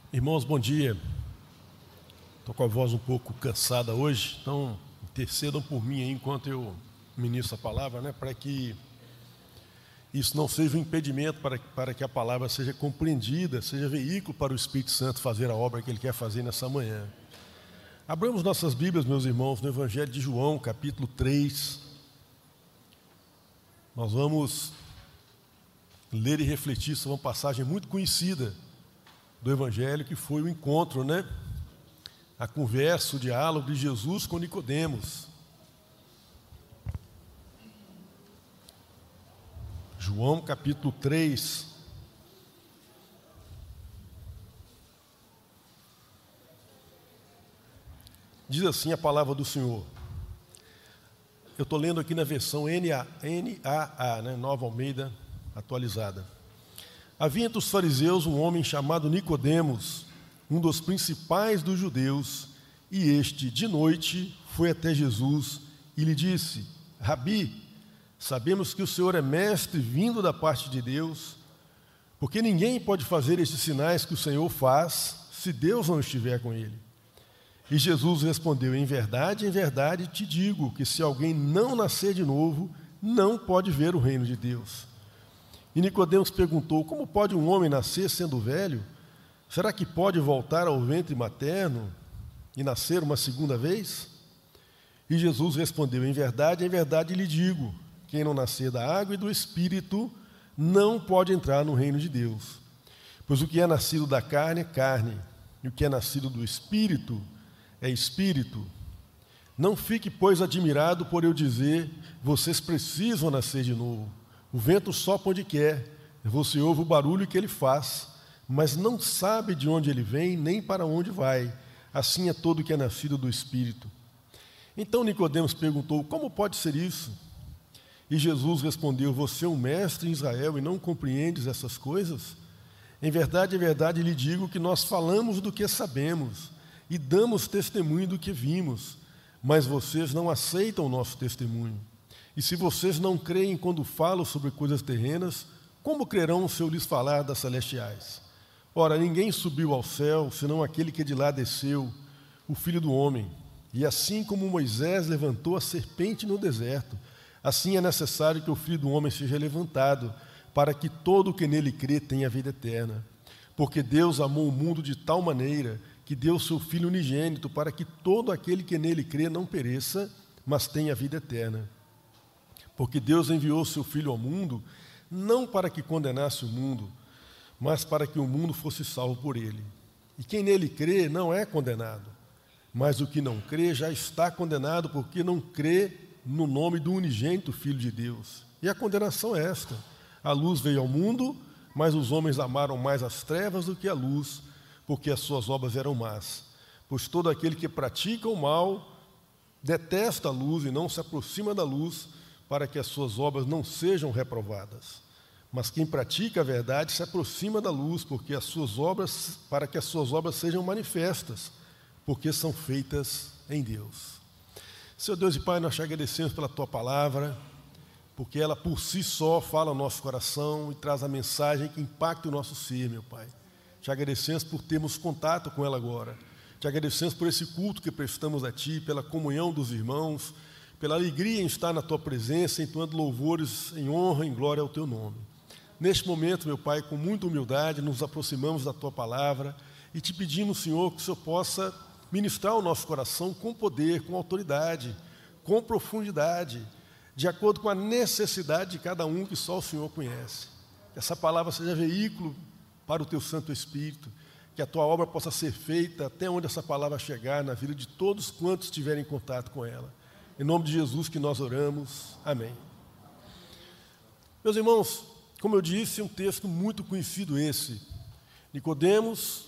Irmãos, bom dia. Estou com a voz um pouco cansada hoje, então intercedam por mim aí enquanto eu ministro a palavra, para que isso não seja um impedimento para que a palavra seja compreendida, seja veículo para o Espírito Santo fazer a obra que Ele quer fazer nessa manhã. Abramos nossas Bíblias, meus irmãos, no Evangelho de João, capítulo 3. Nós vamos ler e refletir sobre uma passagem muito conhecida do Evangelho, que foi o encontro, a conversa, o diálogo de Jesus com Nicodemos. João capítulo 3. Diz assim a palavra do Senhor. Eu estou lendo aqui na versão NAA, Nova Almeida atualizada. Havia entre os fariseus um homem chamado Nicodemos, um dos principais dos judeus, e este, de noite, foi até Jesus e lhe disse: Rabi, sabemos que o Senhor é mestre vindo da parte de Deus, porque ninguém pode fazer estes sinais que o Senhor faz, se Deus não estiver com ele. E Jesus respondeu: em verdade te digo que se alguém não nascer de novo, não pode ver o reino de Deus. E Nicodemos perguntou: como pode um homem nascer sendo velho? Será que pode voltar ao ventre materno e nascer uma segunda vez? E Jesus respondeu: em verdade lhe digo, quem não nascer da água e do Espírito não pode entrar no reino de Deus. Pois o que é nascido da carne é carne, e o que é nascido do Espírito é Espírito. Não fique, pois, admirado por eu dizer: vocês precisam nascer de novo. O vento sopra onde quer, você ouve o barulho que ele faz, mas não sabe de onde ele vem, nem para onde vai. Assim é todo o que é nascido do Espírito. Então Nicodemos perguntou: como pode ser isso? E Jesus respondeu: você é um mestre em Israel e não compreendes essas coisas? Em verdade lhe digo que nós falamos do que sabemos e damos testemunho do que vimos, mas vocês não aceitam o nosso testemunho. E se vocês não creem quando falo sobre coisas terrenas, como crerão se eu lhes falar das celestiais? Ora, ninguém subiu ao céu, senão aquele que de lá desceu, o Filho do Homem. E assim como Moisés levantou a serpente no deserto, assim é necessário que o Filho do Homem seja levantado, para que todo o que nele crê tenha vida eterna. Porque Deus amou o mundo de tal maneira que deu o seu Filho unigênito, para que todo aquele que nele crê não pereça, mas tenha vida eterna. Porque Deus enviou o seu Filho ao mundo, não para que condenasse o mundo, mas para que o mundo fosse salvo por ele. E quem nele crê não é condenado, mas o que não crê já está condenado, porque não crê no nome do unigênito Filho de Deus. E a condenação é esta: a luz veio ao mundo, mas os homens amaram mais as trevas do que a luz, porque as suas obras eram más. Pois todo aquele que pratica o mal detesta a luz e não se aproxima da luz, para que as suas obras não sejam reprovadas. Mas quem pratica a verdade se aproxima da luz, para que as suas obras sejam manifestas, porque são feitas em Deus. Senhor Deus e Pai, nós te agradecemos pela Tua palavra, porque ela por si só fala ao nosso coração e traz a mensagem que impacta o nosso ser, meu Pai. Te agradecemos por termos contato com ela agora. Te agradecemos por esse culto que prestamos a Ti, pela comunhão dos irmãos, pela alegria em estar na Tua presença, entoando louvores em honra e em glória ao Teu nome. Neste momento, meu Pai, com muita humildade, nos aproximamos da Tua palavra e te pedimos, Senhor, que o Senhor possa ministrar o nosso coração com poder, com autoridade, com profundidade, de acordo com a necessidade de cada um que só o Senhor conhece. Que essa palavra seja veículo para o Teu Santo Espírito, que a Tua obra possa ser feita até onde essa palavra chegar na vida de todos quantos tiverem contato com ela. Em nome de Jesus que nós oramos. Amém. Meus irmãos, como eu disse, é um texto muito conhecido esse. Nicodemos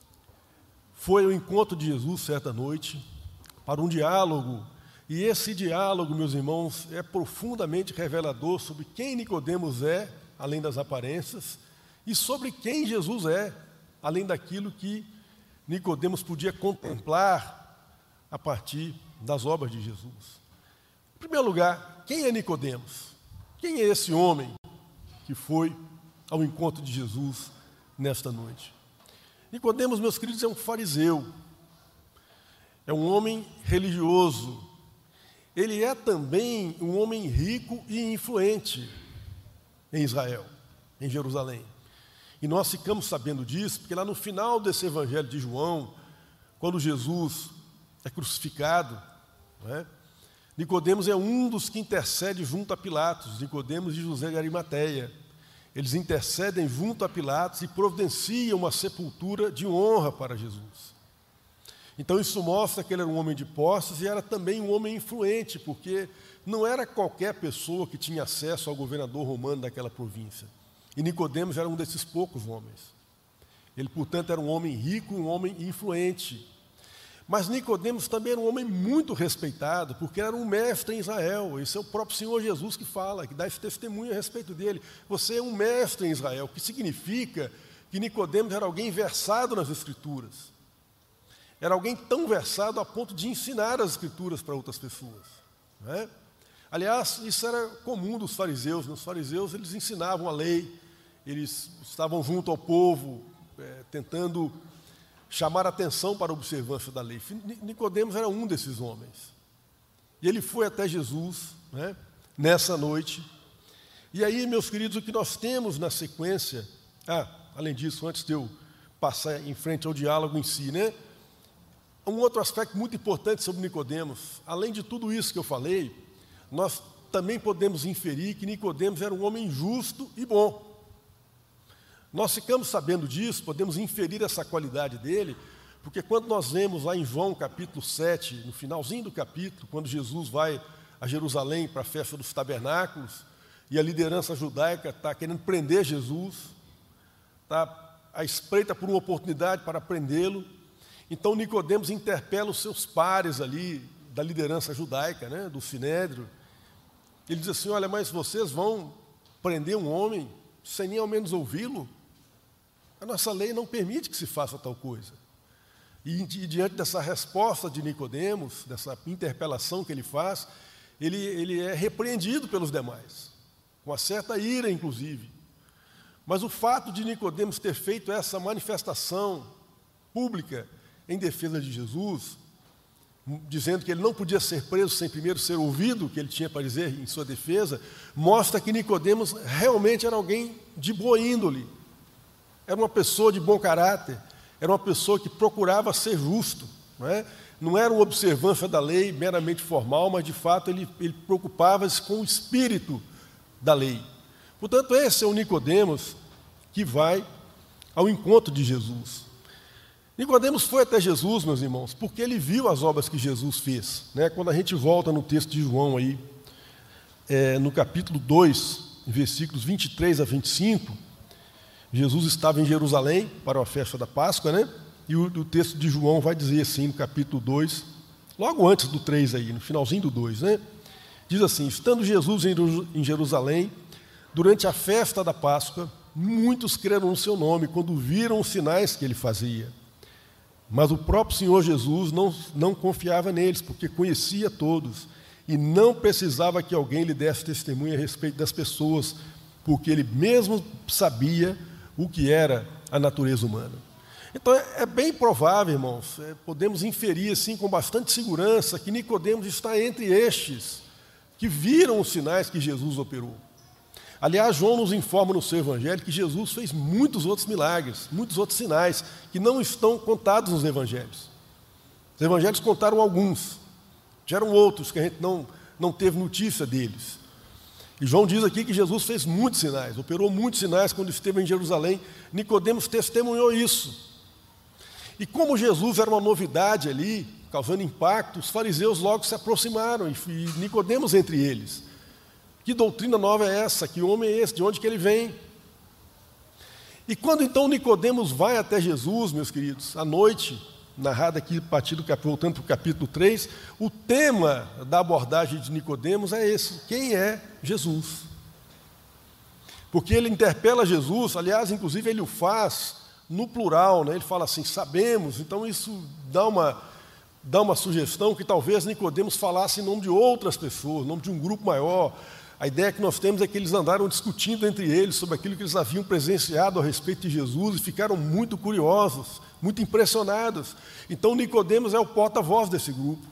foi ao encontro de Jesus certa noite para um diálogo. E esse diálogo, meus irmãos, é profundamente revelador sobre quem Nicodemos é, além das aparências, e sobre quem Jesus é, além daquilo que Nicodemos podia contemplar a partir das obras de Jesus. Em primeiro lugar, quem é Nicodemos? Quem é esse homem que foi ao encontro de Jesus nesta noite? Nicodemos, meus queridos, é um fariseu, é um homem religioso, ele é também um homem rico e influente em Israel, em Jerusalém. E nós ficamos sabendo disso, porque lá no final desse evangelho de João, quando Jesus é crucificado, não é? Nicodemos é um dos que intercede junto a Pilatos, Nicodemos e José de Arimateia. Eles intercedem junto a Pilatos e providenciam uma sepultura de honra para Jesus. Então isso mostra que ele era um homem de posses e era também um homem influente, porque não era qualquer pessoa que tinha acesso ao governador romano daquela província. E Nicodemos era um desses poucos homens. Ele, portanto, era um homem rico, um homem influente. Mas Nicodemos também era um homem muito respeitado, porque era um mestre em Israel. Esse é o próprio Senhor Jesus que fala, que dá esse testemunho a respeito dele. Você é um mestre em Israel, o que significa que Nicodemos era alguém versado nas Escrituras. Era alguém tão versado a ponto de ensinar as Escrituras para outras pessoas, não é? Aliás, isso era comum dos fariseus. Os fariseus, eles ensinavam a lei, eles estavam junto ao povo, tentando chamar a atenção para a observância da lei. Nicodemos era um desses homens. E ele foi até Jesus, né, nessa noite. E aí, meus queridos, o que nós temos na sequência... além disso, antes de eu passar em frente ao diálogo em si, né, um outro aspecto muito importante sobre Nicodemos, além de tudo isso que eu falei, nós também podemos inferir que Nicodemos era um homem justo e bom. Nós ficamos sabendo disso, podemos inferir essa qualidade dele, porque quando nós vemos lá em João capítulo 7, no finalzinho do capítulo, quando Jesus vai a Jerusalém para a festa dos tabernáculos, e a liderança judaica está querendo prender Jesus, está à espreita por uma oportunidade para prendê-lo, então Nicodemos interpela os seus pares ali, da liderança judaica, né, do Sinédrio. Ele diz assim: olha, mas vocês vão prender um homem sem nem ao menos ouvi-lo? A nossa lei não permite que se faça tal coisa. E diante dessa resposta de Nicodemos, dessa interpelação que ele faz, ele é repreendido pelos demais, com uma certa ira, inclusive. Mas o fato de Nicodemos ter feito essa manifestação pública em defesa de Jesus, dizendo que ele não podia ser preso sem primeiro ser ouvido o que ele tinha para dizer em sua defesa, mostra que Nicodemos realmente era alguém de boa índole, era uma pessoa de bom caráter, era uma pessoa que procurava ser justo, não era uma observância da lei meramente formal, mas de fato ele preocupava-se com o espírito da lei. Portanto, esse é o Nicodemos que vai ao encontro de Jesus. Nicodemos foi até Jesus, meus irmãos, porque ele viu as obras que Jesus fez, né? Quando a gente volta no texto de João, aí, no capítulo 2, versículos 23 a 25, Jesus estava em Jerusalém para a festa da Páscoa, né? E o texto de João vai dizer assim, no capítulo 2, logo antes do 3, aí, no finalzinho do 2, né? Diz assim: estando Jesus em Jerusalém, durante a festa da Páscoa, muitos creram no seu nome, quando viram os sinais que ele fazia. Mas o próprio Senhor Jesus não confiava neles, porque conhecia todos, e não precisava que alguém lhe desse testemunho a respeito das pessoas, porque ele mesmo sabia o que era a natureza humana. Então é bem provável, irmãos, podemos inferir assim com bastante segurança que Nicodemos está entre estes que viram os sinais que Jesus operou. Aliás, João nos informa no seu evangelho que Jesus fez muitos outros milagres, muitos outros sinais, que não estão contados nos evangelhos. Os evangelhos contaram alguns, tiveram outros que a gente não teve notícia deles. E João diz aqui que Jesus fez muitos sinais, operou muitos sinais quando esteve em Jerusalém. Nicodemos testemunhou isso. E como Jesus era uma novidade ali, causando impacto, os fariseus logo se aproximaram, e Nicodemos entre eles. Que doutrina nova é essa? Que homem é esse? De onde que ele vem? E quando então Nicodemos vai até Jesus, meus queridos, à noite, narrado aqui, voltando para o capítulo 3, o tema da abordagem de Nicodemos é esse: quem é Jesus? Porque ele interpela Jesus, aliás, inclusive ele o faz no plural, né? Ele fala assim: sabemos. Então isso dá uma sugestão que talvez Nicodemos falasse em nome de outras pessoas, em nome de um grupo maior. A ideia que nós temos é que eles andaram discutindo entre eles sobre aquilo que eles haviam presenciado a respeito de Jesus e ficaram muito curiosos, muito impressionados. Então Nicodemos é o porta-voz desse grupo.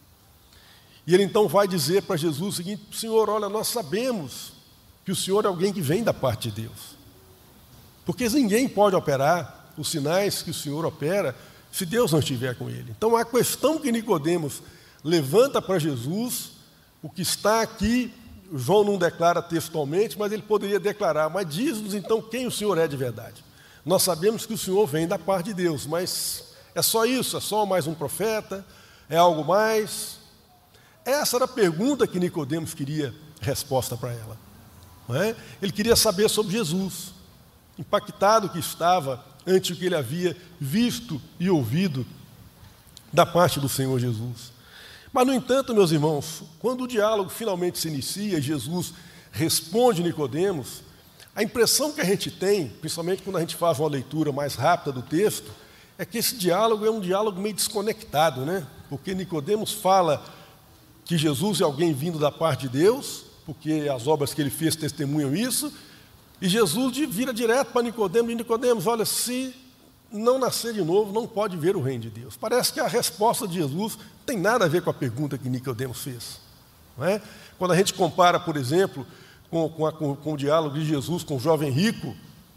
E ele então vai dizer para Jesus o seguinte: Senhor, olha, nós sabemos que o Senhor é alguém que vem da parte de Deus. Porque ninguém pode operar os sinais que o Senhor opera se Deus não estiver com ele. Então a questão que Nicodemos levanta para Jesus, o que está aqui, João não declara textualmente, mas ele poderia declarar: mas diz-nos então quem o Senhor é de verdade. Nós sabemos que o Senhor vem da parte de Deus, mas é só isso? É só mais um profeta? É algo mais? Essa era a pergunta que Nicodemos queria resposta para ela. Não é? Ele queria saber sobre Jesus, impactado que estava ante o que ele havia visto e ouvido da parte do Senhor Jesus. Mas, no entanto, meus irmãos, quando o diálogo finalmente se inicia e Jesus responde Nicodemos, a impressão que a gente tem, principalmente quando a gente faz uma leitura mais rápida do texto, é que esse diálogo é um diálogo meio desconectado, né? Porque Nicodemos fala que Jesus é alguém vindo da parte de Deus, porque as obras que ele fez testemunham isso, e Jesus vira direto para Nicodemos, e Nicodemos, olha, se não nascer de novo, não pode ver o reino de Deus. Parece que a resposta de Jesus não tem nada a ver com a pergunta que Nicodemos fez. Não é? Quando a gente compara, por exemplo, com o diálogo de Jesus com o jovem rico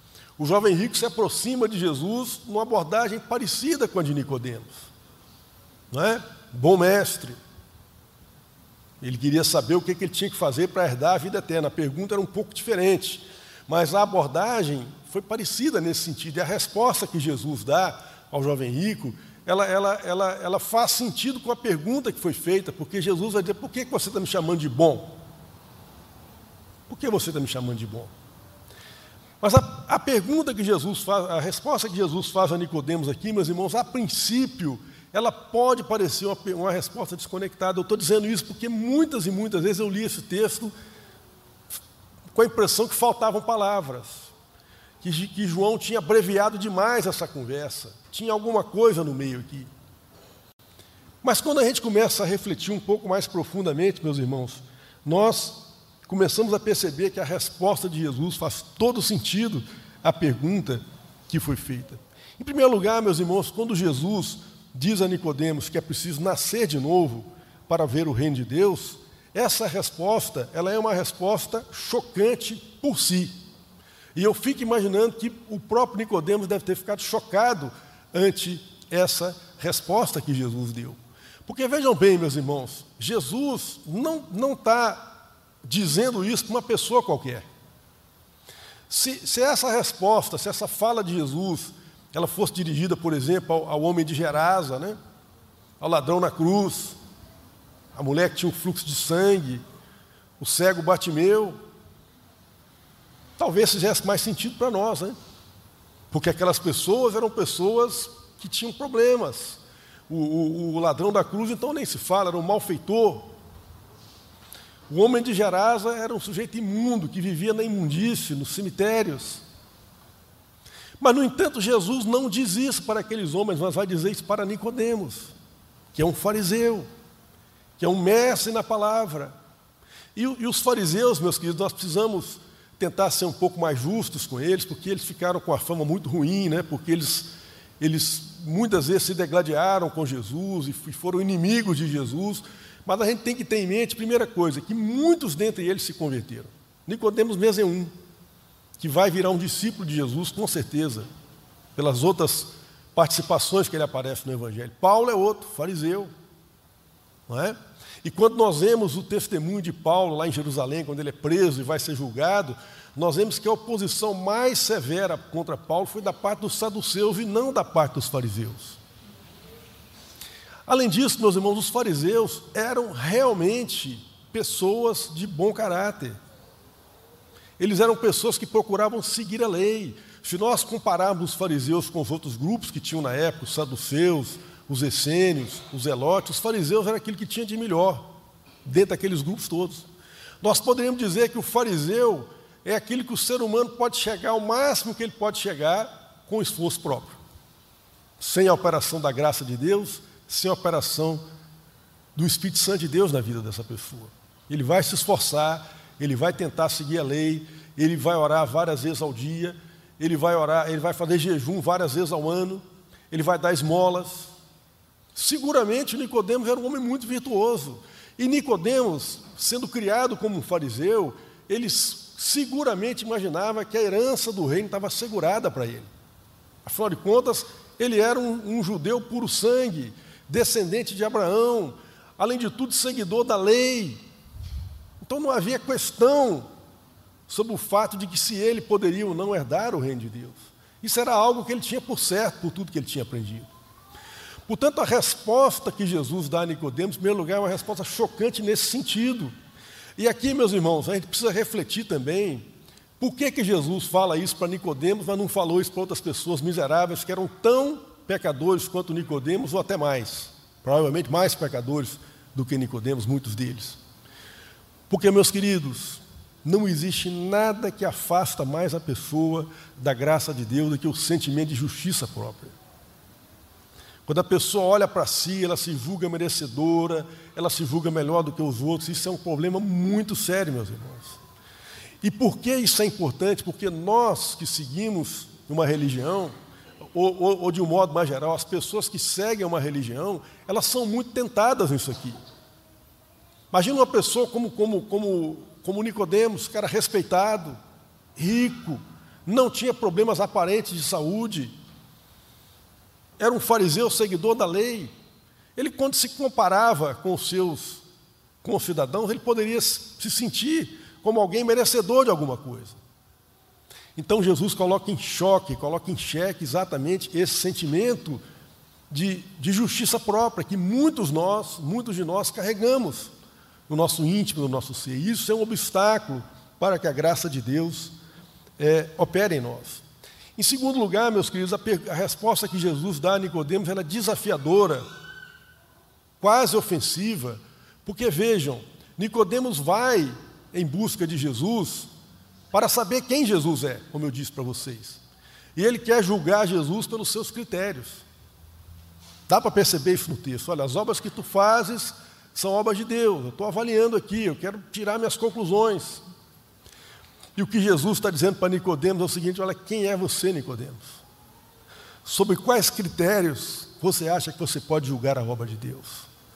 se aproxima de Jesus numa abordagem parecida com a de Nicodemos. Não é? Bom mestre. Ele queria saber o que ele tinha que fazer para herdar a vida eterna. A pergunta era um pouco diferente, mas a abordagem foi parecida nesse sentido. E a resposta que Jesus dá ao jovem rico, ela faz sentido com a pergunta que foi feita, porque Jesus vai dizer: por que você está me chamando de bom? Por que você está me chamando de bom? Mas a pergunta que Jesus faz, a resposta que Jesus faz a Nicodemos aqui, meus irmãos, a princípio, ela pode parecer uma resposta desconectada. Eu estou dizendo isso porque muitas e muitas vezes eu li esse texto com a impressão que faltavam palavras, que João tinha abreviado demais essa conversa, tinha alguma coisa no meio aqui. Mas quando a gente começa a refletir um pouco mais profundamente, meus irmãos, nós começamos a perceber que a resposta de Jesus faz todo sentido à pergunta que foi feita. Em primeiro lugar, meus irmãos, quando Jesus diz a Nicodemos que é preciso nascer de novo para ver o reino de Deus, essa resposta, ela é uma resposta chocante por si. E eu fico imaginando que o próprio Nicodemos deve ter ficado chocado ante essa resposta que Jesus deu. Porque vejam bem, meus irmãos, Jesus não está dizendo isso para uma pessoa qualquer. Se essa resposta, se essa fala de Jesus, ela fosse dirigida, por exemplo, ao homem de Gerasa, né? Ao ladrão na cruz, a mulher que tinha um fluxo de sangue, o cego Bartimeu, talvez fizesse mais sentido para nós, né? Porque aquelas pessoas eram pessoas que tinham problemas. O ladrão da cruz, então, nem se fala, era um malfeitor. O homem de Gerasa era um sujeito imundo, que vivia na imundície, nos cemitérios. Mas, no entanto, Jesus não diz isso para aqueles homens, mas vai dizer isso para Nicodemos, que é um fariseu, que é um mestre na palavra. E os fariseus, meus queridos, nós precisamos tentar ser um pouco mais justos com eles, porque eles ficaram com a fama muito ruim, né? Porque eles muitas vezes se degladiaram com Jesus e foram inimigos de Jesus. Mas a gente tem que ter em mente, primeira coisa, que muitos dentre eles se converteram. Nicodemos mesmo é um, que vai virar um discípulo de Jesus, com certeza, pelas outras participações que ele aparece no Evangelho. Paulo é outro, fariseu. Não é? E quando nós vemos o testemunho de Paulo lá em Jerusalém, quando ele é preso e vai ser julgado, nós vemos que a oposição mais severa contra Paulo foi da parte dos saduceus e não da parte dos fariseus. Além disso, meus irmãos, os fariseus eram realmente pessoas de bom caráter. Eles eram pessoas que procuravam seguir a lei. Se nós compararmos os fariseus com os outros grupos que tinham na época, os saduceus, os essênios, os zelotes, os fariseus eram aquilo que tinha de melhor dentro daqueles grupos todos. Nós poderíamos dizer que o fariseu é aquilo que o ser humano pode chegar ao máximo que ele pode chegar com esforço próprio. Sem a operação da graça de Deus, sem a operação do Espírito Santo de Deus na vida dessa pessoa. Ele vai se esforçar, ele vai tentar seguir a lei, ele vai orar várias vezes ao dia, ele vai fazer jejum várias vezes ao ano, ele vai dar esmolas. Seguramente Nicodemos era um homem muito virtuoso. E Nicodemos, sendo criado como um fariseu, ele seguramente imaginava que a herança do reino estava assegurada para ele. Afinal de contas, ele era um judeu puro sangue, descendente de Abraão, além de tudo, seguidor da lei. Então não havia questão sobre o fato de que se ele poderia ou não herdar o reino de Deus. Isso era algo que ele tinha por certo, por tudo que ele tinha aprendido. Portanto, a resposta que Jesus dá a Nicodemos, em primeiro lugar, é uma resposta chocante nesse sentido. E aqui, meus irmãos, a gente precisa refletir também por que Jesus fala isso para Nicodemos, mas não falou isso para outras pessoas miseráveis que eram tão pecadores quanto Nicodemos, ou até mais, provavelmente mais pecadores do que Nicodemos, muitos deles. Porque, meus queridos, não existe nada que afasta mais a pessoa da graça de Deus do que o sentimento de justiça própria. Quando a pessoa olha para si, ela se julga merecedora, ela se julga melhor do que os outros. Isso é um problema muito sério, meus irmãos. E por que isso é importante? Porque nós que seguimos uma religião, ou de um modo mais geral, as pessoas que seguem uma religião, elas são muito tentadas nisso aqui. Imagina uma pessoa como Nicodemos, cara respeitado, rico, não tinha problemas aparentes de saúde, era um fariseu seguidor da lei. Ele, quando se comparava com os seus concidadãos, ele poderia se sentir como alguém merecedor de alguma coisa. Então Jesus coloca em choque, coloca em xeque exatamente esse sentimento de justiça própria que muitos de nós carregamos no nosso íntimo, no nosso ser. E isso é um obstáculo para que a graça de Deus opere em nós. Em segundo lugar, meus queridos, a resposta que Jesus dá a Nicodemos é desafiadora, quase ofensiva, porque vejam, Nicodemos vai em busca de Jesus para saber quem Jesus é, como eu disse para vocês. E ele quer julgar Jesus pelos seus critérios. Dá para perceber isso no texto. Olha, as obras que tu fazes são obras de Deus, eu estou avaliando aqui, eu quero tirar minhas conclusões. E o que Jesus está dizendo para Nicodemos é o seguinte: olha, quem é você, Nicodemos? Sobre quais critérios você acha que você pode julgar a obra de Deus?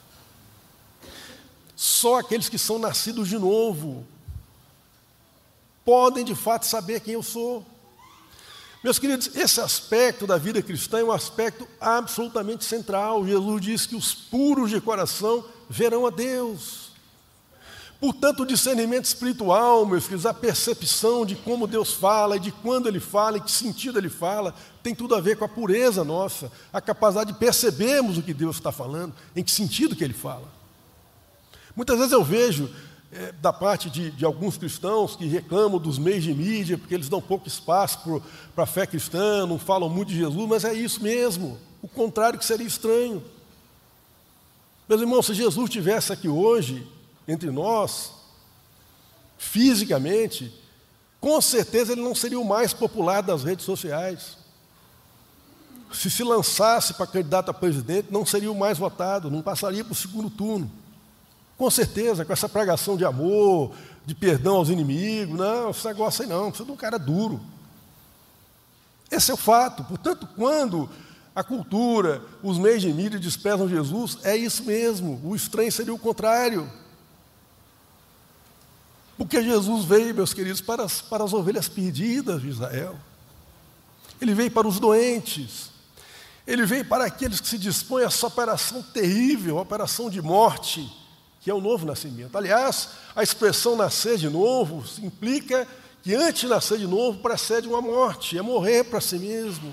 Só aqueles que são nascidos de novo podem de fato saber quem eu sou. Meus queridos, esse aspecto da vida cristã é um aspecto absolutamente central. Jesus diz que os puros de coração verão a Deus. Portanto, o discernimento espiritual, meus filhos, a percepção de como Deus fala, e de quando Ele fala, em que sentido Ele fala, tem tudo a ver com a pureza nossa, a capacidade de percebermos o que Deus está falando, em que sentido que Ele fala. Muitas vezes eu vejo, da parte de alguns cristãos que reclamam dos meios de mídia, porque eles dão pouco espaço para a fé cristã, não falam muito de Jesus, mas é isso mesmo, o contrário que seria estranho. Meus irmãos, se Jesus estivesse aqui hoje, entre nós, fisicamente, com certeza ele não seria o mais popular das redes sociais. Se lançasse para candidato a presidente, não seria o mais votado, não passaria para o segundo turno. Com certeza, com essa pregação de amor, de perdão aos inimigos, não, esse negócio aí não, precisa de um cara duro. Esse é o fato. Portanto, quando a cultura, os meios de mídia desprezam Jesus, é isso mesmo, o estranho seria o contrário. Porque Jesus veio, meus queridos, para as ovelhas perdidas de Israel. Ele veio para os doentes. Ele veio para aqueles que se dispõem a essa operação terrível, a operação de morte, que é o novo nascimento. Aliás, a expressão nascer de novo implica que antes de nascer de novo precede uma morte, é morrer para si mesmo.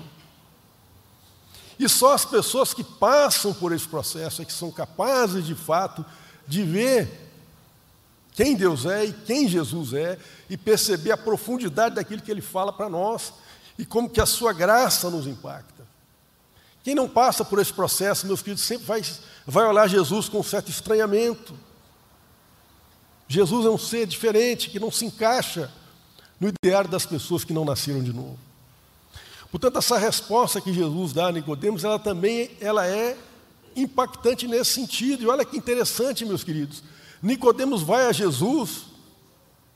E só as pessoas que passam por esse processo é que são capazes, de fato, de ver quem Deus é e quem Jesus é, e perceber a profundidade daquilo que Ele fala para nós, e como que a sua graça nos impacta. Quem não passa por esse processo, meus queridos, sempre vai olhar Jesus com um certo estranhamento. Jesus é um ser diferente, que não se encaixa no ideário das pessoas que não nasceram de novo. Portanto, essa resposta que Jesus dá a Nicodemos, ela é impactante nesse sentido. E olha que interessante, meus queridos, Nicodemos vai a Jesus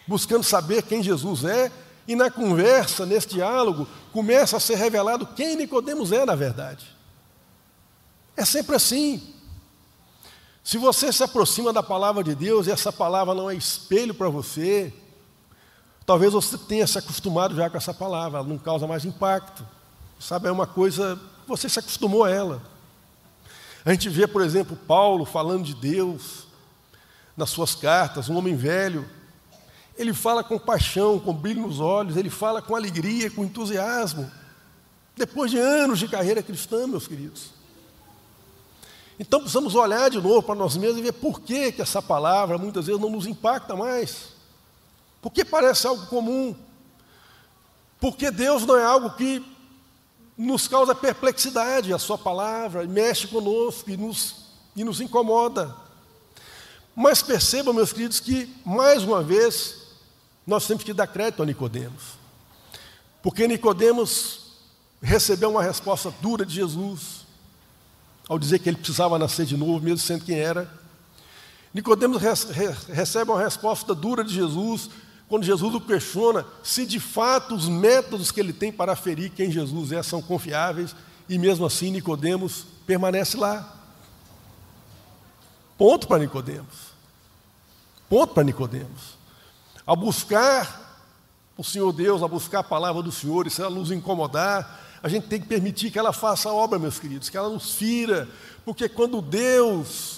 buscando saber quem Jesus é, e na conversa, nesse diálogo, começa a ser revelado quem Nicodemos é na verdade. É sempre assim. Se você se aproxima da palavra de Deus e essa palavra não é espelho para você, talvez você tenha se acostumado já com essa palavra, ela não causa mais impacto. Sabe, é uma coisa, você se acostumou a ela. A gente vê, por exemplo, Paulo falando de Deus nas suas cartas, um homem velho. Ele fala com paixão, com brilho nos olhos, ele fala com alegria, com entusiasmo. Depois de anos de carreira cristã, meus queridos. Então precisamos olhar de novo para nós mesmos e ver por que essa palavra muitas vezes não nos impacta mais. Porque parece algo comum. Porque Deus não é algo que nos causa perplexidade, a sua palavra mexe conosco e nos incomoda. Mas percebam, meus queridos, que, mais uma vez, nós temos que dar crédito a Nicodemos. Porque Nicodemos recebeu uma resposta dura de Jesus, ao dizer que ele precisava nascer de novo, mesmo sendo quem era. Nicodemos recebe uma resposta dura de Jesus, quando Jesus o questiona se de fato os métodos que ele tem para aferir quem Jesus é são confiáveis, e mesmo assim Nicodemos permanece lá. Ponto para Nicodemos. Ponto para Nicodemos. Ao buscar o Senhor Deus, ao buscar a palavra do Senhor, e se ela nos incomodar, a gente tem que permitir que ela faça a obra, meus queridos, que ela nos fira, porque quando Deus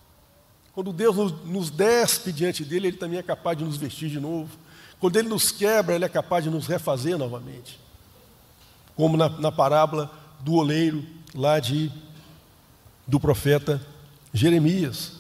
nos despe diante dele, ele também é capaz de nos vestir de novo. Quando ele nos quebra, ele é capaz de nos refazer novamente. Como na parábola do oleiro lá do profeta Jeremias.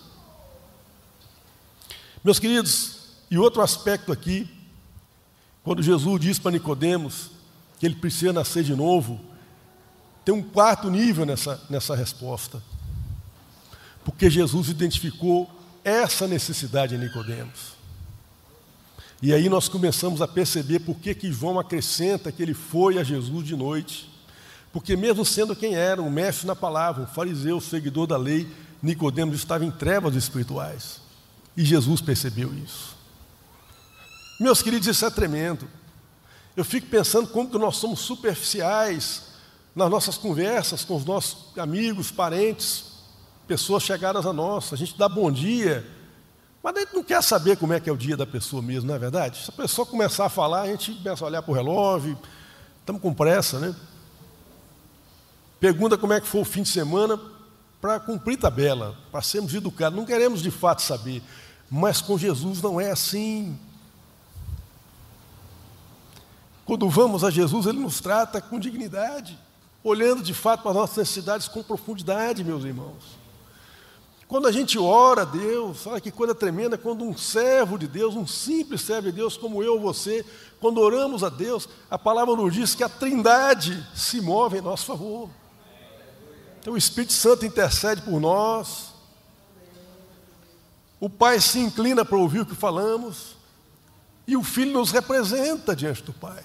Meus queridos, e outro aspecto aqui, quando Jesus diz para Nicodemos que ele precisa nascer de novo, tem um quarto nível nessa resposta. Porque Jesus identificou essa necessidade em Nicodemos. E aí nós começamos a perceber por que João acrescenta que ele foi a Jesus de noite. Porque mesmo sendo quem era, um mestre na palavra, um fariseu, seguidor da lei, Nicodemos estava em trevas espirituais. E Jesus percebeu isso. Meus queridos, isso é tremendo. Eu fico pensando como que nós somos superficiais nas nossas conversas com os nossos amigos, parentes, pessoas chegadas a nós. A gente dá bom dia, mas a gente não quer saber como é que é o dia da pessoa mesmo, não é verdade? Se a pessoa começar a falar, a gente começa a olhar para o relógio, estamos com pressa, né? Pergunta como é que foi o fim de semana para cumprir tabela, para sermos educados. Não queremos de fato saber, mas com Jesus não é assim. Quando vamos a Jesus, Ele nos trata com dignidade, olhando de fato para as nossas necessidades com profundidade, meus irmãos. Quando a gente ora a Deus, olha que coisa tremenda, quando um servo de Deus, um simples servo de Deus como eu ou você, quando oramos a Deus, a palavra nos diz que a Trindade se move em nosso favor. Então o Espírito Santo intercede por nós, o Pai se inclina para ouvir o que falamos, e o Filho nos representa diante do Pai,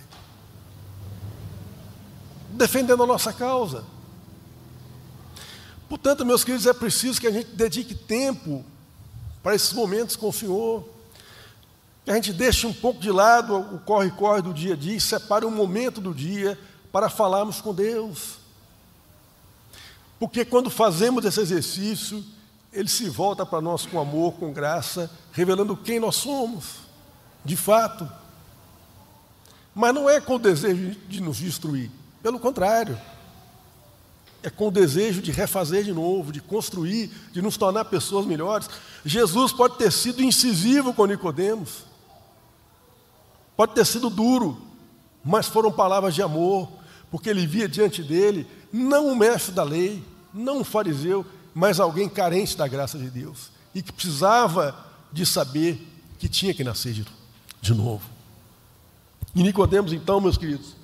defendendo a nossa causa. Portanto, meus queridos, é preciso que a gente dedique tempo para esses momentos com o Senhor, que a gente deixe um pouco de lado o corre-corre do dia a dia e separe um momento do dia para falarmos com Deus. Porque quando fazemos esse exercício, Ele se volta para nós com amor, com graça, revelando quem nós somos, de fato. Mas não é com o desejo de nos destruir, pelo contrário. É com o desejo de refazer de novo, de construir, de nos tornar pessoas melhores. Jesus pode ter sido incisivo com Nicodemos, pode ter sido duro, mas foram palavras de amor, porque ele via diante dele, não um mestre da lei, não um fariseu, mas alguém carente da graça de Deus, e que precisava de saber que tinha que nascer de novo. E Nicodemos, então, meus queridos,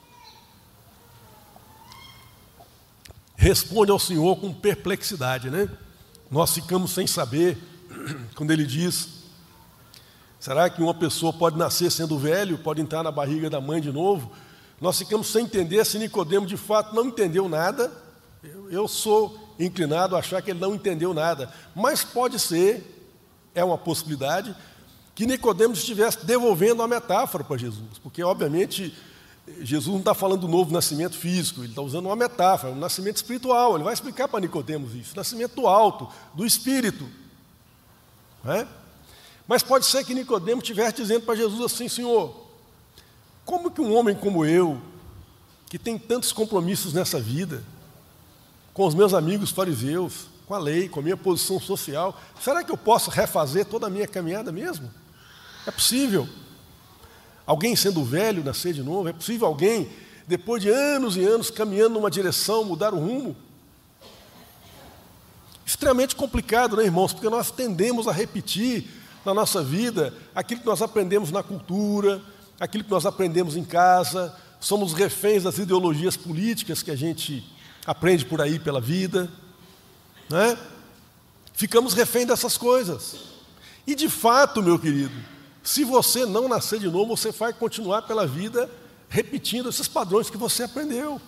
responde ao Senhor com perplexidade, né? Nós ficamos sem saber, quando ele diz, será que uma pessoa pode nascer sendo velho, pode entrar na barriga da mãe de novo? Nós ficamos sem entender se Nicodemos de fato não entendeu nada. Eu sou inclinado a achar que ele não entendeu nada, mas pode ser, é uma possibilidade, que Nicodemos estivesse devolvendo a metáfora para Jesus, porque, obviamente, Jesus não está falando do novo nascimento físico, ele está usando uma metáfora, um nascimento espiritual. Ele vai explicar para Nicodemos isso, nascimento do alto, do Espírito. Não é? Mas pode ser que Nicodemos estivesse dizendo para Jesus assim: Senhor, como que um homem como eu, que tem tantos compromissos nessa vida, com os meus amigos fariseus, com a lei, com a minha posição social, será que eu posso refazer toda a minha caminhada mesmo? É possível. Alguém sendo velho nascer de novo? É possível alguém, depois de anos e anos caminhando numa direção, mudar o rumo? Extremamente complicado, né, irmãos? Porque nós tendemos a repetir na nossa vida aquilo que nós aprendemos na cultura, aquilo que nós aprendemos em casa, somos reféns das ideologias políticas que a gente aprende por aí pela vida, né? Ficamos reféns dessas coisas. E de fato, meu querido, se você não nascer de novo, você vai continuar pela vida repetindo esses padrões que você aprendeu.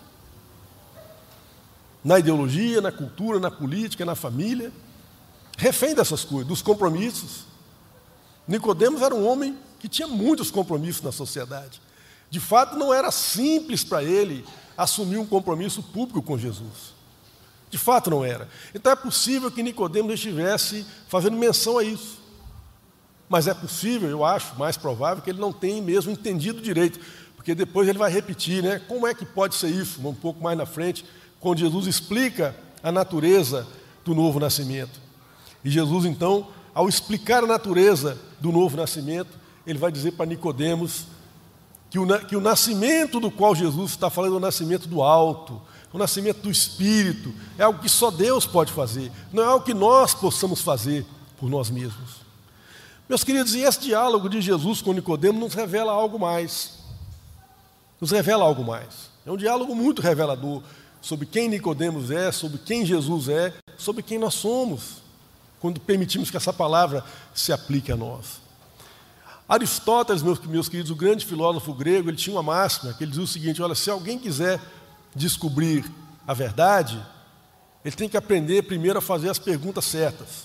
Na ideologia, na cultura, na política, na família. Refém dessas coisas, dos compromissos. Nicodemos era um homem que tinha muitos compromissos na sociedade. De fato, não era simples para ele assumir um compromisso público com Jesus. De fato, não era. Então é possível que Nicodemos estivesse fazendo menção a isso. Mas é possível, eu acho, mais provável, que ele não tenha mesmo entendido direito, porque depois ele vai repetir, né? Como é que pode ser isso? Um pouco mais na frente, quando Jesus explica a natureza do novo nascimento. E Jesus, então, ao explicar a natureza do novo nascimento, ele vai dizer para Nicodemos que o nascimento do qual Jesus está falando é o nascimento do alto, o nascimento do Espírito, é algo que só Deus pode fazer, não é algo que nós possamos fazer por nós mesmos. Meus queridos, e esse diálogo de Jesus com Nicodemos nos revela algo mais. Nos revela algo mais. É um diálogo muito revelador sobre quem Nicodemos é, sobre quem Jesus é, sobre quem nós somos, quando permitimos que essa palavra se aplique a nós. Aristóteles, meus queridos, o grande filósofo grego, ele tinha uma máxima, que ele dizia o seguinte: olha, se alguém quiser descobrir a verdade, ele tem que aprender primeiro a fazer as perguntas certas.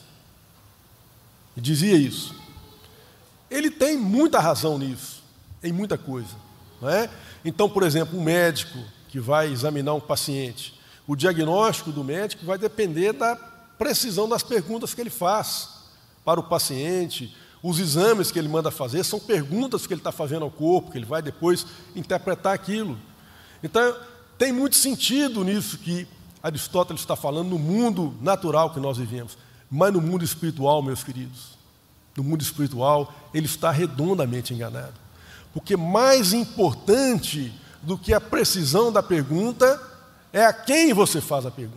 E dizia isso. Ele tem muita razão nisso, em muita coisa, não é? Então, por exemplo, um médico que vai examinar um paciente, o diagnóstico do médico vai depender da precisão das perguntas que ele faz para o paciente. Os exames que ele manda fazer são perguntas que ele está fazendo ao corpo, que ele vai depois interpretar aquilo. Então, tem muito sentido nisso que Aristóteles está falando no mundo natural que nós vivemos. Mas no mundo espiritual, meus queridos, no mundo espiritual, ele está redondamente enganado. Porque mais importante do que a precisão da pergunta é a quem você faz a pergunta.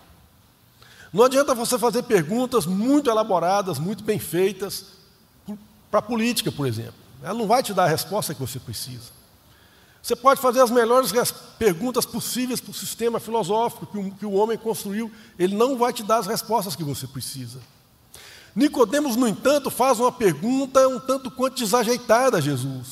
Não adianta você fazer perguntas muito elaboradas, muito bem feitas, para a política, por exemplo. Ela não vai te dar a resposta que você precisa. Você pode fazer as melhores perguntas possíveis para o sistema filosófico que o homem construiu. Ele não vai te dar as respostas que você precisa. Nicodemos, no entanto, faz uma pergunta um tanto quanto desajeitada a Jesus.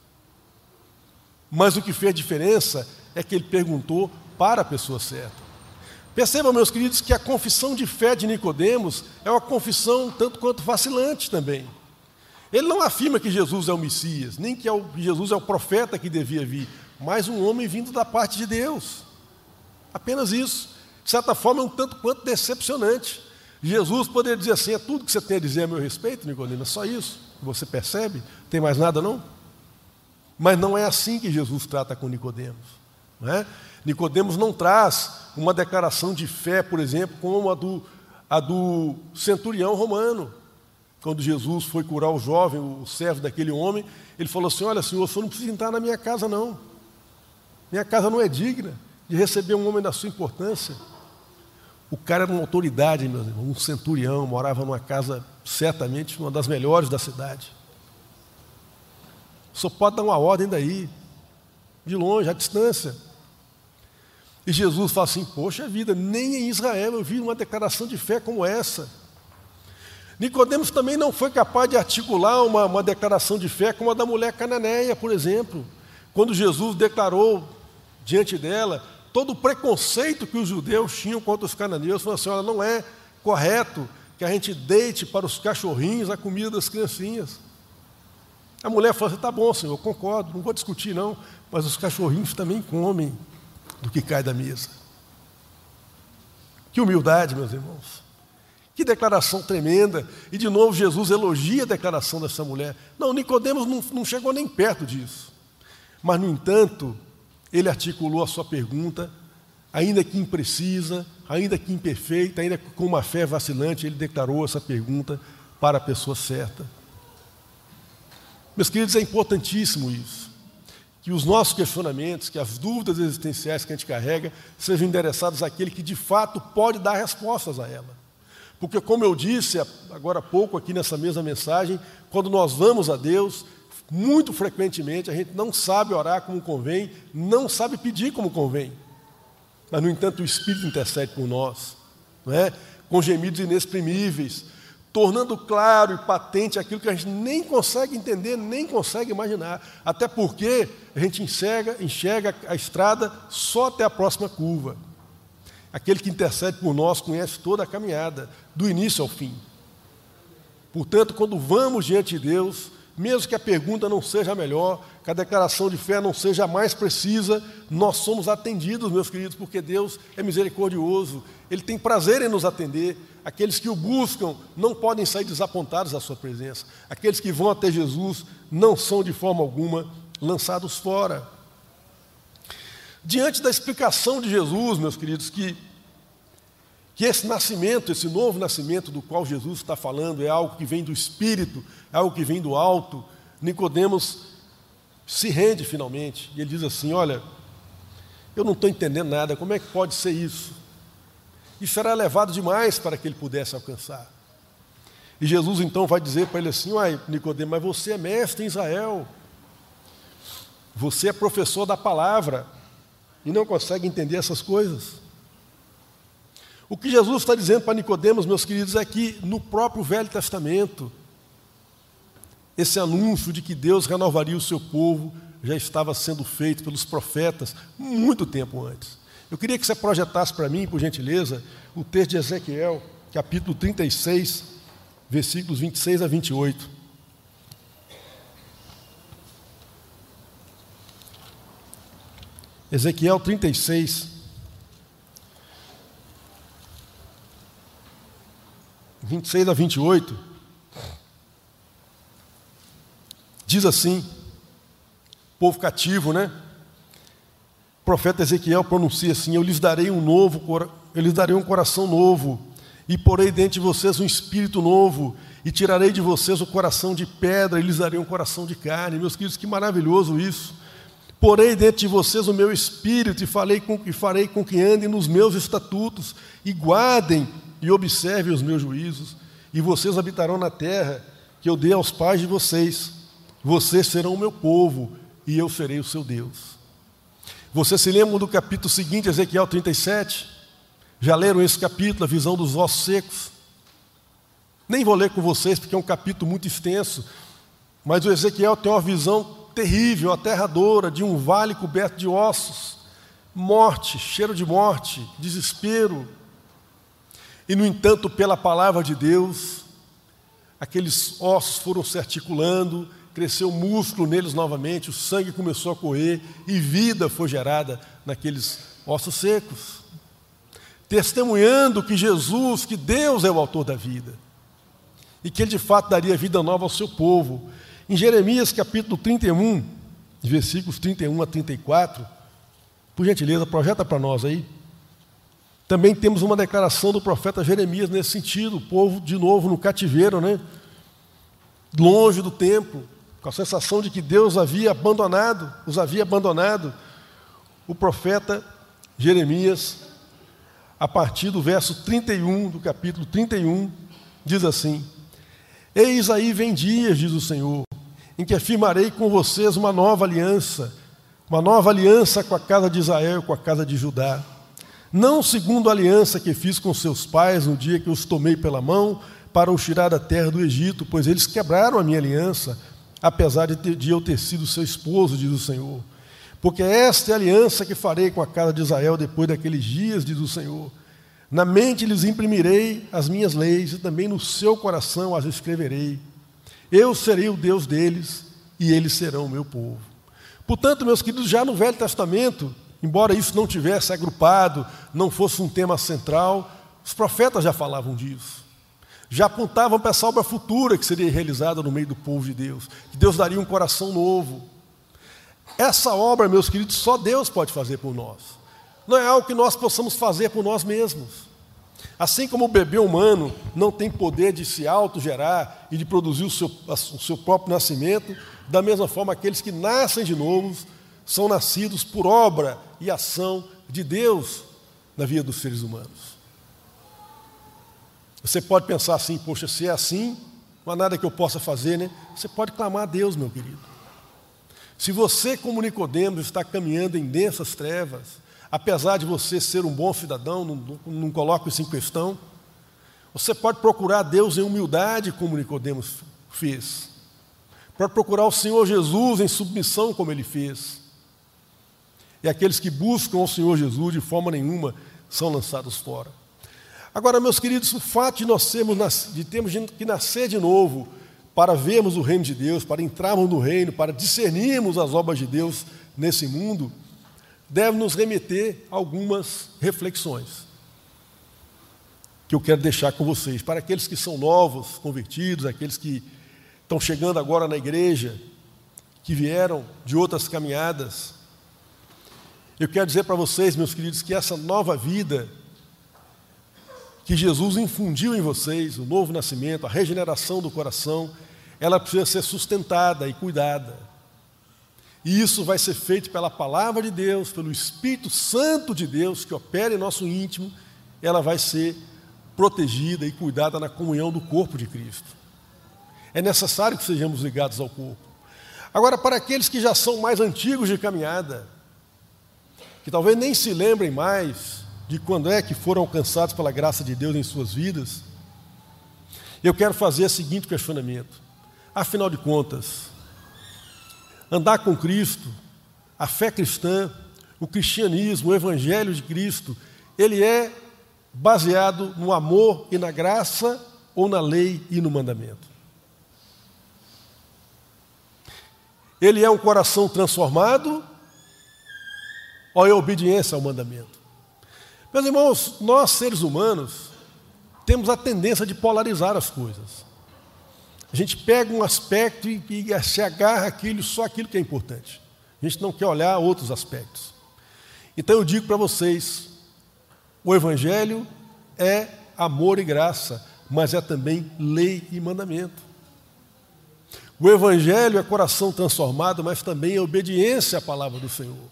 Mas o que fez diferença é que ele perguntou para a pessoa certa. Percebam, meus queridos, que a confissão de fé de Nicodemos é uma confissão um tanto quanto vacilante também. Ele não afirma que Jesus é o Messias, nem que Jesus é o profeta que devia vir, mas um homem vindo da parte de Deus. Apenas isso. De certa forma, é um tanto quanto decepcionante. Jesus poderia dizer assim: é tudo que você tem a dizer a meu respeito, Nicodemos, é só isso que você percebe? Tem mais nada não? Mas não é assim que Jesus trata com Nicodemos, não é? Nicodemos não traz uma declaração de fé, por exemplo, como a do centurião romano. Quando Jesus foi curar o jovem, o servo daquele homem, ele falou assim: olha, senhor, o senhor não precisa entrar na minha casa não. Minha casa não é digna de receber um homem da sua importância. O cara era uma autoridade, meus irmãos, um centurião, morava numa casa, certamente, uma das melhores da cidade. Só pode dar uma ordem daí, de longe, à distância. E Jesus fala assim: poxa vida, nem em Israel eu vi uma declaração de fé como essa. Nicodemos também não foi capaz de articular uma declaração de fé como a da mulher cananeia, por exemplo. Quando Jesus declarou diante dela todo o preconceito que os judeus tinham contra os cananeus, falou assim: olha, não é correto que a gente deite para os cachorrinhos a comida das criancinhas. A mulher falou assim, tá bom, Senhor, concordo, não vou discutir não, mas os cachorrinhos também comem do que cai da mesa. Que humildade, meus irmãos. Que declaração tremenda. E de novo Jesus elogia a declaração dessa mulher. Não, Nicodemos não chegou nem perto disso. Mas, no entanto, ele articulou a sua pergunta, ainda que imprecisa, ainda que imperfeita, ainda com uma fé vacilante, ele declarou essa pergunta para a pessoa certa. Meus queridos, é importantíssimo isso, que os nossos questionamentos, que as dúvidas existenciais que a gente carrega, sejam endereçadas àquele que de fato pode dar respostas a ela. Porque, como eu disse agora há pouco aqui nessa mesma mensagem, quando nós vamos a Deus, muito frequentemente a gente não sabe orar como convém, não sabe pedir como convém. Mas, no entanto, o Espírito intercede por nós, não é? Com gemidos inexprimíveis, tornando claro e patente aquilo que a gente nem consegue entender, nem consegue imaginar. Até porque a gente enxerga a estrada só até a próxima curva. Aquele que intercede por nós conhece toda a caminhada, do início ao fim. Portanto, quando vamos diante de Deus, mesmo que a pergunta não seja a melhor, que a declaração de fé não seja a mais precisa, nós somos atendidos, meus queridos, porque Deus é misericordioso, Ele tem prazer em nos atender. Aqueles que o buscam não podem sair desapontados da sua presença. Aqueles que vão até Jesus não são de forma alguma lançados fora. Diante da explicação de Jesus, meus queridos, que esse nascimento, esse novo nascimento do qual Jesus está falando é algo que vem do Espírito, é algo que vem do alto, Nicodemos se rende finalmente. E ele diz assim, olha, eu não estou entendendo nada, como é que pode ser isso? Isso era elevado demais para que ele pudesse alcançar. E Jesus então vai dizer para ele assim, uai, Nicodemos, mas você é mestre em Israel, você é professor da palavra, e não consegue entender essas coisas. O que Jesus está dizendo para Nicodemos, meus queridos, é que no próprio Velho Testamento, esse anúncio de que Deus renovaria o seu povo já estava sendo feito pelos profetas muito tempo antes. Eu queria que você projetasse para mim, por gentileza, o texto de Ezequiel, capítulo 36, versículos 26 a 28. Ezequiel 36, 26 a 28, diz assim, povo cativo, né? O profeta Ezequiel pronuncia assim, eu lhes darei um coração novo, e porei dentro de vocês um espírito novo, e tirarei de vocês o coração de pedra, e lhes darei um coração de carne. Meus queridos, que maravilhoso isso. Porei dentro de vocês o meu espírito, e farei com que andem nos meus estatutos, e guardem e observem os meus juízos, e vocês habitarão na terra que eu dei aos pais de vocês. Vocês serão o meu povo, e eu serei o seu Deus. Vocês se lembram do capítulo seguinte, Ezequiel 37? Já leram esse capítulo, a visão dos ossos secos? Nem vou ler com vocês, porque é um capítulo muito extenso, mas o Ezequiel tem uma visão terrível, aterradora, de um vale coberto de ossos, morte, cheiro de morte, desespero. E, no entanto, pela palavra de Deus, aqueles ossos foram se articulando, cresceu músculo neles novamente, o sangue começou a correr e vida foi gerada naqueles ossos secos, testemunhando que Jesus, que Deus é o autor da vida e que Ele de fato daria vida nova ao seu povo. Em Jeremias capítulo 31, versículos 31 a 34, por gentileza, projeta para nós aí. Também temos uma declaração do profeta Jeremias nesse sentido, o povo de novo no cativeiro, né? Longe do templo, com a sensação de que Deus os havia abandonado. O profeta Jeremias, a partir do verso 31, do capítulo 31, diz assim, eis aí vem dias, diz o Senhor, em que afirmarei com vocês uma nova aliança com a casa de Israel e com a casa de Judá, não segundo a aliança que fiz com seus pais no dia que os tomei pela mão para os tirar da terra do Egito, pois eles quebraram a minha aliança, apesar de eu ter sido seu esposo, diz o Senhor. Porque esta é a aliança que farei com a casa de Israel depois daqueles dias, diz o Senhor. Na mente lhes imprimirei as minhas leis, e também no seu coração as escreverei. Eu serei o Deus deles, e eles serão o meu povo. Portanto, meus queridos, já no Velho Testamento, embora isso não tivesse agrupado, não fosse um tema central, os profetas já falavam disso. Já apontavam para essa obra futura que seria realizada no meio do povo de Deus, que Deus daria um coração novo. Essa obra, meus queridos, só Deus pode fazer por nós. Não é algo que nós possamos fazer por nós mesmos. Assim como o bebê humano não tem poder de se autogerar e de produzir o seu próprio nascimento, da mesma forma, aqueles que nascem de novo são nascidos por obra e ação de Deus na vida dos seres humanos. Você pode pensar assim, poxa, se é assim, não há nada que eu possa fazer, né? Você pode clamar a Deus, meu querido. Se você, como Nicodemos, está caminhando em densas trevas, apesar de você ser um bom cidadão, não coloco isso em questão, você pode procurar a Deus em humildade, como Nicodemos fez. Pode procurar o Senhor Jesus em submissão, como ele fez. E aqueles que buscam o Senhor Jesus de forma nenhuma são lançados fora. Agora, meus queridos, o fato de nós termos que nascer de novo para vermos o reino de Deus, para entrarmos no reino, para discernirmos as obras de Deus nesse mundo, deve nos remeter a algumas reflexões que eu quero deixar com vocês. Para aqueles que são novos, convertidos, aqueles que estão chegando agora na igreja, que vieram de outras caminhadas, eu quero dizer para vocês, meus queridos, que essa nova vida que Jesus infundiu em vocês, o novo nascimento, a regeneração do coração, ela precisa ser sustentada e cuidada. E isso vai ser feito pela palavra de Deus, pelo Espírito Santo de Deus, que opera em nosso íntimo, ela vai ser protegida e cuidada na comunhão do corpo de Cristo. É necessário que sejamos ligados ao corpo. Agora, para aqueles que já são mais antigos de caminhada, que talvez nem se lembrem mais de quando é que foram alcançados pela graça de Deus em suas vidas, eu quero fazer o seguinte questionamento. Afinal de contas, andar com Cristo, a fé cristã, o cristianismo, o evangelho de Cristo, ele é baseado no amor e na graça ou na lei e no mandamento? Ele é um coração transformado ou é obediência ao mandamento? Meus irmãos, nós seres humanos temos a tendência de polarizar as coisas. A gente pega um aspecto e se agarra só aquilo que é importante. A gente não quer olhar outros aspectos. Então eu digo para vocês, o Evangelho é amor e graça, mas é também lei e mandamento. O Evangelho é coração transformado, mas também é obediência à palavra do Senhor.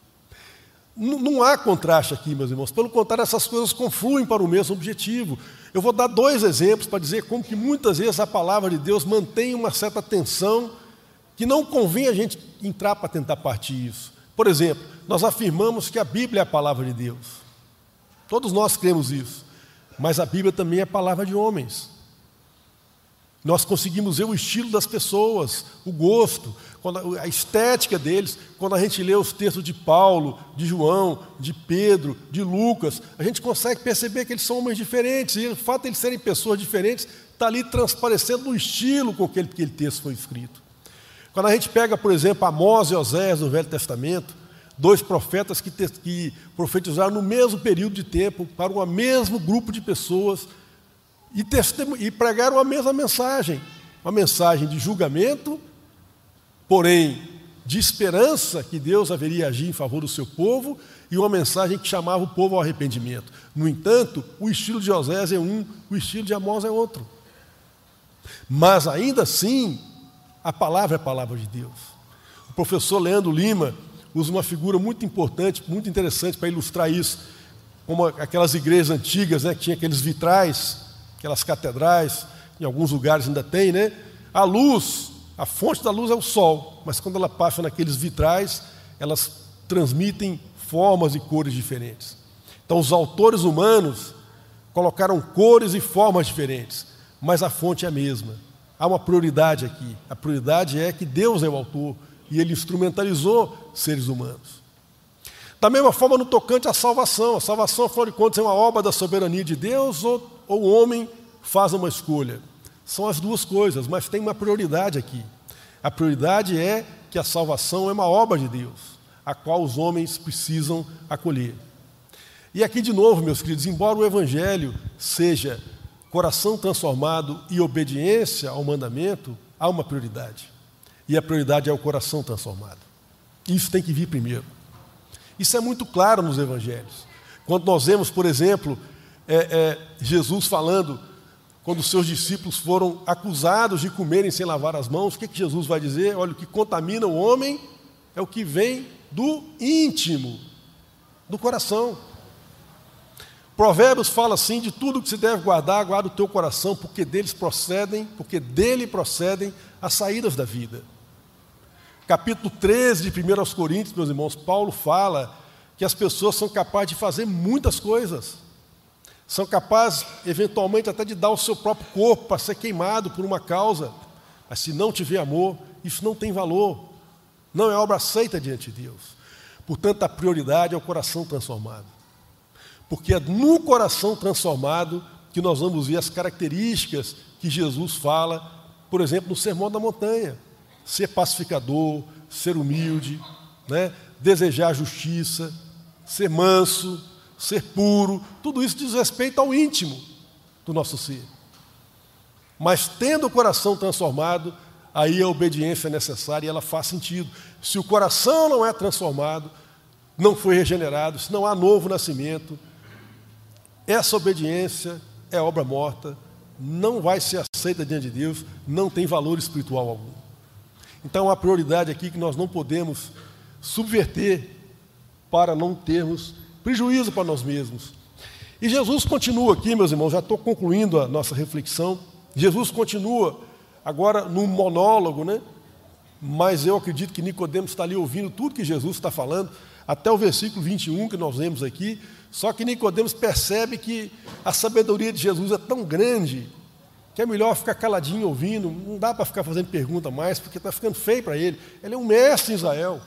Não há contraste aqui, meus irmãos. Pelo contrário, essas coisas confluem para o mesmo objetivo. Eu vou dar 2 exemplos para dizer como que muitas vezes a palavra de Deus mantém uma certa tensão que não convém a gente entrar para tentar partir isso. Por exemplo, nós afirmamos que a Bíblia é a palavra de Deus. Todos nós cremos isso. Mas a Bíblia também é a palavra de homens. Nós conseguimos ver o estilo das pessoas, o gosto, a estética deles. Quando a gente lê os textos de Paulo, de João, de Pedro, de Lucas, a gente consegue perceber que eles são homens diferentes. E o fato de eles serem pessoas diferentes está ali transparecendo no estilo com que aquele texto foi escrito. Quando a gente pega, por exemplo, Amós e Oséias do Velho Testamento, 2 profetas que profetizaram no mesmo período de tempo para o mesmo grupo de pessoas, e pregaram a mesma mensagem, uma mensagem de julgamento, porém de esperança que Deus haveria agir em favor do seu povo, e uma mensagem que chamava o povo ao arrependimento. No entanto, o estilo de Oséias é um, o estilo de Amós é outro. Mas ainda assim, a palavra é a palavra de Deus. O professor Leandro Lima usa uma figura muito importante, muito interessante para ilustrar isso, como aquelas igrejas antigas, né, que tinha aqueles vitrais, aquelas catedrais, em alguns lugares ainda tem, né? A luz, a fonte da luz é o sol, mas quando ela passa naqueles vitrais, elas transmitem formas e cores diferentes. Então, os autores humanos colocaram cores e formas diferentes, mas a fonte é a mesma. Há uma prioridade aqui. A prioridade é que Deus é o autor e Ele instrumentalizou seres humanos. Da mesma forma, no tocante à salvação. A salvação, afinal de contas, é uma obra da soberania de Deus ou o homem faz uma escolha? São as duas coisas, mas tem uma prioridade aqui. A prioridade é que a salvação é uma obra de Deus, a qual os homens precisam acolher. E aqui de novo, meus queridos, embora o Evangelho seja coração transformado e obediência ao mandamento, há uma prioridade. E a prioridade é o coração transformado. Isso tem que vir primeiro. Isso é muito claro nos Evangelhos. Quando nós vemos, por exemplo, Jesus falando, quando os seus discípulos foram acusados de comerem sem lavar as mãos, o que Jesus vai dizer? Olha, o que contamina o homem é o que vem do íntimo, do coração. Provérbios fala assim, de tudo que se deve guardar, guarda o teu coração, porque dele procedem as saídas da vida. Capítulo 13 de 1 Coríntios, meus irmãos, Paulo fala que as pessoas são capazes de fazer muitas coisas. São capazes, eventualmente, até de dar o seu próprio corpo para ser queimado por uma causa. Mas se não tiver amor, isso não tem valor. Não é obra aceita diante de Deus. Portanto, a prioridade é o coração transformado. Porque é no coração transformado que nós vamos ver as características que Jesus fala, por exemplo, no Sermão da Montanha. Ser pacificador, ser humilde, né? Desejar a justiça, ser manso, ser puro, tudo isso diz respeito ao íntimo do nosso ser. Mas tendo o coração transformado, aí a obediência é necessária e ela faz sentido. Se o coração não é transformado, não foi regenerado, se não há novo nascimento, essa obediência é obra morta, não vai ser aceita diante de Deus, não tem valor espiritual algum. Então, a prioridade aqui que nós não podemos subverter para não termos prejuízo para nós mesmos. E Jesus continua aqui, meus irmãos, já estou concluindo a nossa reflexão. Jesus continua agora num monólogo, né? Mas eu acredito que Nicodemos está ali ouvindo tudo que Jesus está falando, até o versículo 21 que nós lemos aqui. Só que Nicodemos percebe que a sabedoria de Jesus é tão grande que é melhor ficar caladinho ouvindo, não dá para ficar fazendo pergunta mais, porque está ficando feio para ele. Ele é um mestre em Israel.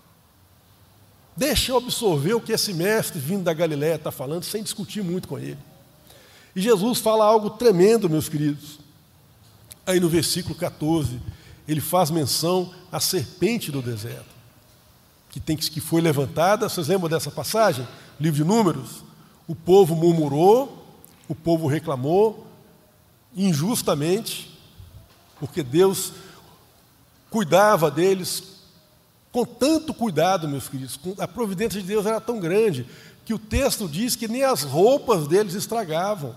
Deixa eu absorver o que esse mestre vindo da Galileia está falando, sem discutir muito com ele. E Jesus fala algo tremendo, meus queridos. Aí no versículo 14, ele faz menção à serpente do deserto, que foi levantada. Vocês lembram dessa passagem? Livro de Números. O povo murmurou, o povo reclamou, injustamente, porque Deus cuidava deles com tanto cuidado, meus queridos. A providência de Deus era tão grande que o texto diz que nem as roupas deles estragavam.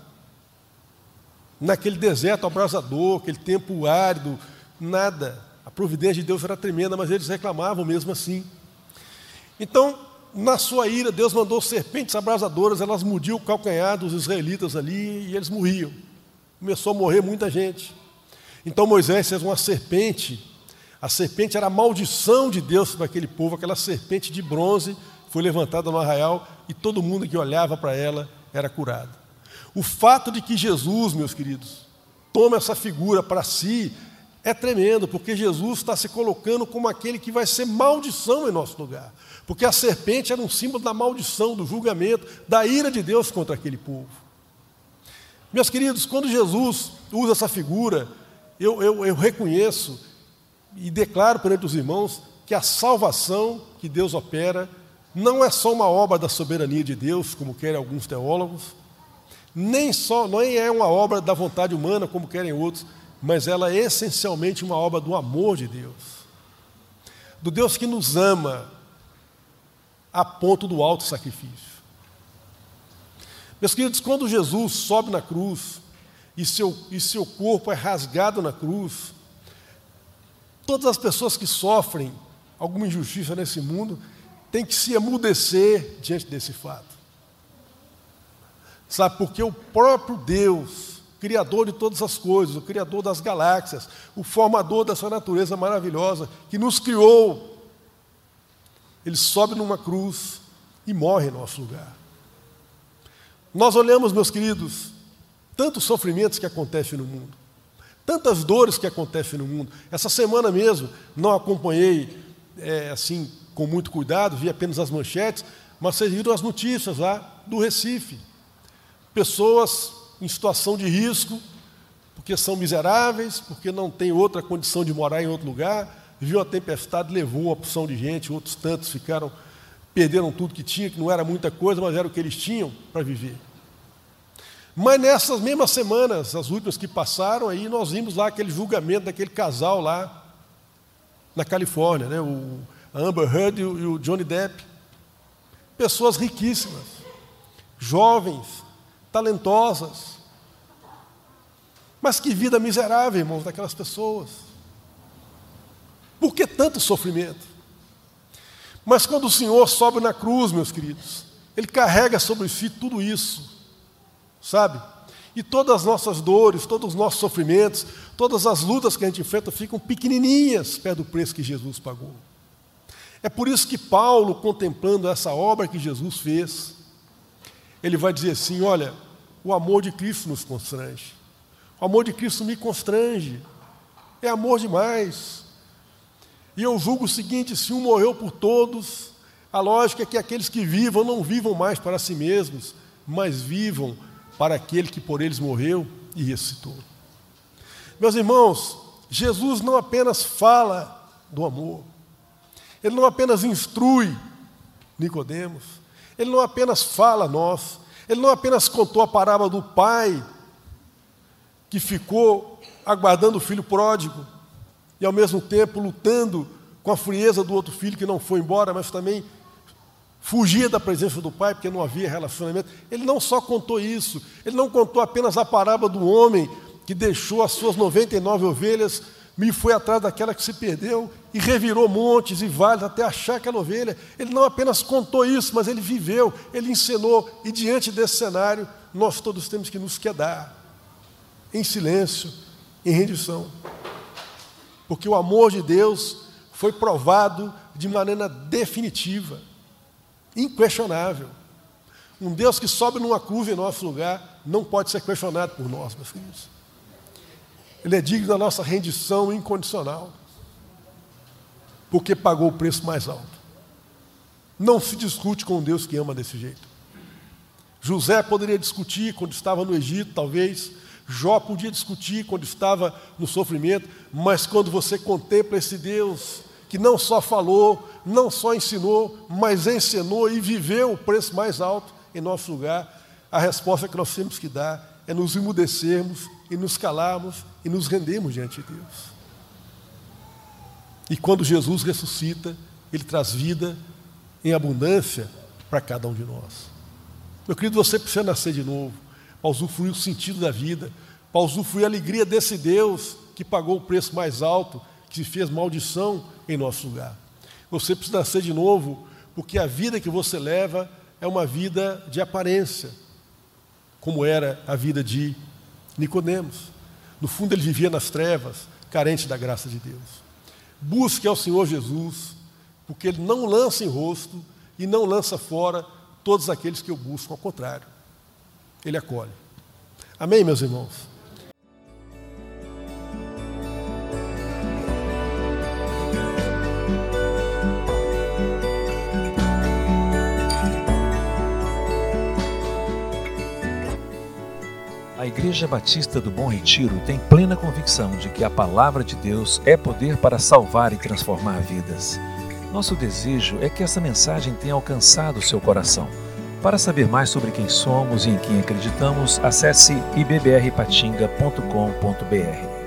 Naquele deserto abrasador, aquele tempo árido, nada. A providência de Deus era tremenda, mas eles reclamavam mesmo assim. Então, na sua ira, Deus mandou serpentes abrasadoras, elas mordiam o calcanhar dos israelitas ali e eles morriam. Começou a morrer muita gente. Então Moisés fez uma serpente. A serpente era a maldição de Deus para aquele povo, aquela serpente de bronze foi levantada no arraial e todo mundo que olhava para ela era curado. O fato de que Jesus, meus queridos, toma essa figura para si é tremendo, porque Jesus está se colocando como aquele que vai ser maldição em nosso lugar. Porque a serpente era um símbolo da maldição, do julgamento, da ira de Deus contra aquele povo. Meus queridos, quando Jesus usa essa figura, eu reconheço e declaro perante os irmãos que a salvação que Deus opera não é só uma obra da soberania de Deus, como querem alguns teólogos, nem é uma obra da vontade humana, como querem outros, mas ela é essencialmente uma obra do amor de Deus, do Deus que nos ama a ponto do alto sacrifício. Meus queridos, quando Jesus sobe na cruz e seu corpo é rasgado na cruz, todas as pessoas que sofrem alguma injustiça nesse mundo têm que se emudecer diante desse fato. Sabe, porque o próprio Deus, Criador de todas as coisas, o Criador das galáxias, o formador dessa natureza maravilhosa, que nos criou, ele sobe numa cruz e morre em nosso lugar. Nós olhamos, meus queridos, tantos sofrimentos que acontecem no mundo, tantas dores que acontecem no mundo. Essa semana mesmo, não acompanhei assim com muito cuidado, vi apenas as manchetes, mas vocês viram as notícias lá do Recife. Pessoas em situação de risco, porque são miseráveis, porque não têm outra condição de morar em outro lugar, viu a tempestade, levou uma porção de gente, outros tantos perderam tudo que tinha, que não era muita coisa, mas era o que eles tinham para viver. Mas nessas mesmas semanas, as últimas que passaram, aí nós vimos lá aquele julgamento daquele casal lá na Califórnia, né? A Amber Heard e o Johnny Depp. Pessoas riquíssimas, jovens, talentosas. Mas que vida miserável, irmãos, daquelas pessoas. Por que tanto sofrimento? Mas quando o Senhor sobe na cruz, meus queridos, Ele carrega sobre si tudo isso, sabe? E todas as nossas dores, todos os nossos sofrimentos, todas as lutas que a gente enfrenta ficam pequenininhas perto do preço que Jesus pagou. É por isso que Paulo, contemplando essa obra que Jesus fez, ele vai dizer assim, olha, o amor de Cristo nos constrange. O amor de Cristo me constrange. É amor demais. E eu julgo o seguinte, se um morreu por todos, a lógica é que aqueles que vivam não vivam mais para si mesmos, mas vivam para aquele que por eles morreu e ressuscitou. Meus irmãos, Jesus não apenas fala do amor, Ele não apenas instrui Nicodemos, Ele não apenas fala a nós, Ele não apenas contou a parábola do pai que ficou aguardando o filho pródigo e ao mesmo tempo lutando com a frieza do outro filho que não foi embora, mas também fugia da presença do pai porque não havia relacionamento. Ele não só contou isso, ele não contou apenas a parábola do homem que deixou as suas 99 ovelhas e foi atrás daquela que se perdeu e revirou montes e vales até achar aquela ovelha. Ele não apenas contou isso, mas ele viveu, ele ensinou, e diante desse cenário nós todos temos que nos quedar em silêncio, em rendição, porque o amor de Deus foi provado de maneira definitiva, inquestionável. Um Deus que sobe numa cruz em nosso lugar não pode ser questionado por nós, meus filhos. Ele é digno da nossa rendição incondicional, porque pagou o preço mais alto. Não se discute com um Deus que ama desse jeito. José poderia discutir quando estava no Egito, talvez. Jó podia discutir quando estava no sofrimento, mas quando você contempla esse Deus que não só falou, não só ensinou, mas ensinou e viveu o preço mais alto em nosso lugar, a resposta que nós temos que dar é nos emudecermos e nos calarmos e nos rendermos diante de Deus. E quando Jesus ressuscita, Ele traz vida em abundância para cada um de nós. Meu querido, você precisa nascer de novo, para usufruir o sentido da vida, para usufruir a alegria desse Deus que pagou o preço mais alto, que se fez maldição em nosso lugar. Você precisa nascer de novo, porque a vida que você leva é uma vida de aparência, como era a vida de Nicodemos. No fundo, ele vivia nas trevas, carente da graça de Deus. Busque ao Senhor Jesus, porque Ele não lança em rosto e não lança fora todos aqueles que o buscam, ao contrário, Ele acolhe. Amém, meus irmãos? A Igreja Batista do Bom Retiro tem plena convicção de que a Palavra de Deus é poder para salvar e transformar vidas. Nosso desejo é que essa mensagem tenha alcançado o seu coração. Para saber mais sobre quem somos e em quem acreditamos, acesse ibbrpatinga.com.br.